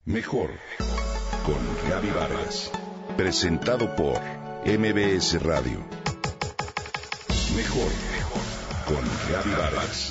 Mejor con Gaby Vargas. Presentado por MBS Radio. Mejor con Gaby Vargas.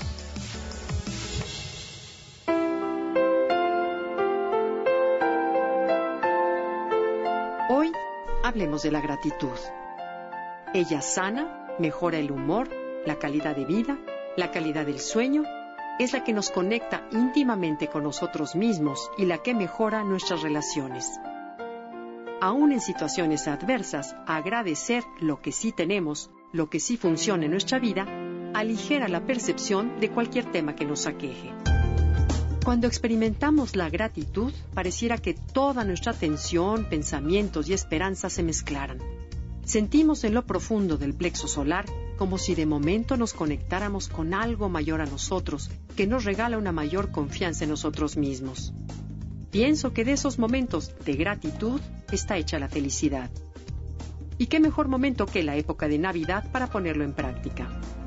Hoy hablemos de la gratitud. Ella sana, mejora el humor, la calidad de vida, la calidad del sueño. Es la que nos conecta íntimamente con nosotros mismos y la que mejora nuestras relaciones. Aún en situaciones adversas, agradecer lo que sí tenemos, lo que sí funciona en nuestra vida, aligera la percepción de cualquier tema que nos aqueje. Cuando experimentamos la gratitud, pareciera que toda nuestra atención, pensamientos y esperanzas se mezclaran. Sentimos en lo profundo del plexo solar como si de momento nos conectáramos con algo mayor a nosotros, que nos regala una mayor confianza en nosotros mismos. Pienso que de esos momentos de gratitud está hecha la felicidad. ¿Y qué mejor momento que la época de Navidad para ponerlo en práctica?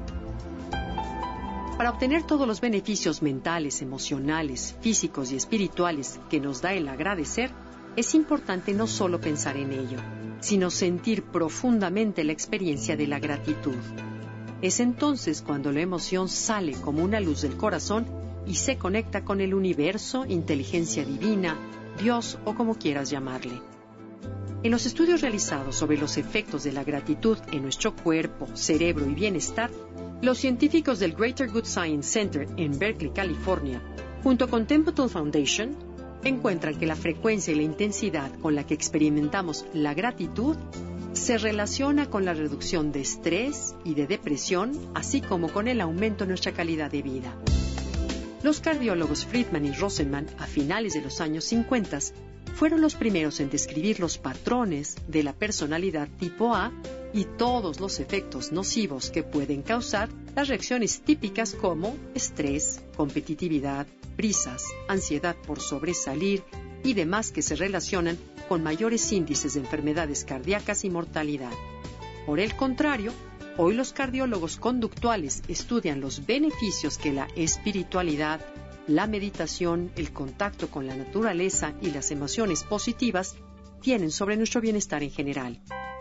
Para obtener todos los beneficios mentales, emocionales, físicos y espirituales que nos da el agradecer, es importante no solo pensar en ello, sino sentir profundamente la experiencia de la gratitud. Es entonces cuando la emoción sale como una luz del corazón y se conecta con el universo, inteligencia divina, Dios o como quieras llamarle. En los estudios realizados sobre los efectos de la gratitud en nuestro cuerpo, cerebro y bienestar, los científicos del Greater Good Science Center en Berkeley, California, junto con Templeton Foundation, encuentran que la frecuencia y la intensidad con la que experimentamos la gratitud se relaciona con la reducción de estrés y de depresión, así como con el aumento de nuestra calidad de vida. Los cardiólogos Friedman y Rosenman, a finales de los años 50, fueron los primeros en describir los patrones de la personalidad tipo A y todos los efectos nocivos que pueden causar las reacciones típicas como estrés, competitividad, prisas, ansiedad por sobresalir y demás que se relacionan con mayores índices de enfermedades cardíacas y mortalidad. Por el contrario, hoy los cardiólogos conductuales estudian los beneficios que la espiritualidad, la meditación, el contacto con la naturaleza y las emociones positivas tienen sobre nuestro bienestar en general.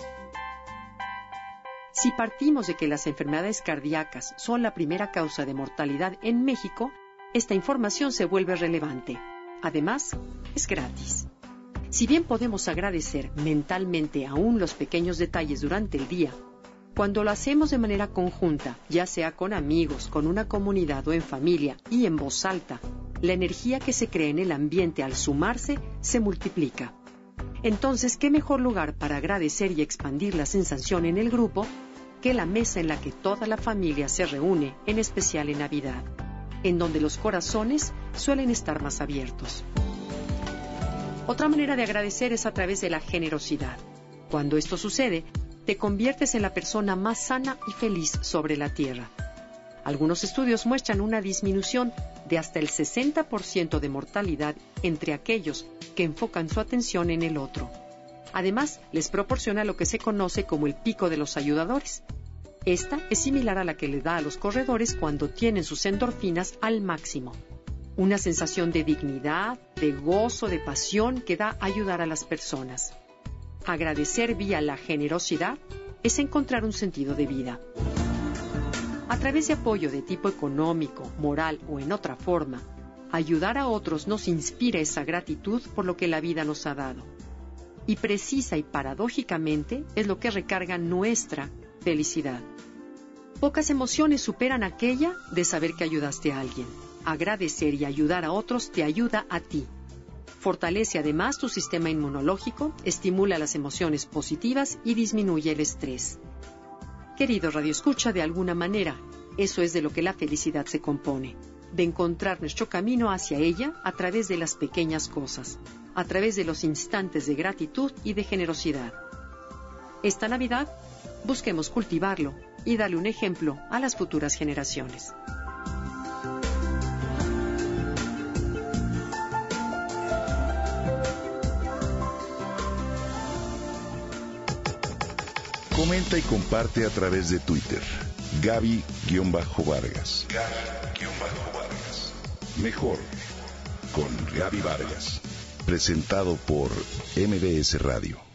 Si partimos de que las enfermedades cardíacas son la primera causa de mortalidad en México, esta información se vuelve relevante. Además, es gratis. Si bien podemos agradecer mentalmente aún los pequeños detalles durante el día, cuando lo hacemos de manera conjunta, ya sea con amigos, con una comunidad o en familia y en voz alta, la energía que se crea en el ambiente al sumarse se multiplica. Entonces, ¿qué mejor lugar para agradecer y expandir la sensación en el grupo que la mesa en la que toda la familia se reúne, en especial en Navidad, en donde los corazones suelen estar más abiertos? Otra manera de agradecer es a través de la generosidad. Cuando esto sucede, te conviertes en la persona más sana y feliz sobre la tierra. Algunos estudios muestran una disminución de hasta el 60% de mortalidad entre aquellos que enfocan su atención en el otro. Además, les proporciona lo que se conoce como el pico de los ayudadores. Esta es similar a la que le da a los corredores cuando tienen sus endorfinas al máximo. Una sensación de dignidad, de gozo, de pasión que da ayudar a las personas. Agradecer vía la generosidad es encontrar un sentido de vida. A través de apoyo de tipo económico, moral o en otra forma, ayudar a otros nos inspira esa gratitud por lo que la vida nos ha dado. Y precisa y paradójicamente es lo que recarga nuestra felicidad. Pocas emociones superan aquella de saber que ayudaste a alguien. Agradecer y ayudar a otros te ayuda a ti. Fortalece además tu sistema inmunológico, estimula las emociones positivas y disminuye el estrés. Querido radioescucha, de alguna manera, eso es de lo que la felicidad se compone, de encontrar nuestro camino hacia ella a través de las pequeñas cosas, a través de los instantes de gratitud y de generosidad. Esta Navidad, busquemos cultivarlo y darle un ejemplo a las futuras generaciones. Comenta y comparte a través de Twitter. Gaby-Vargas. Gaby-Vargas. Mejor con Gaby Vargas. Presentado por MBS Radio.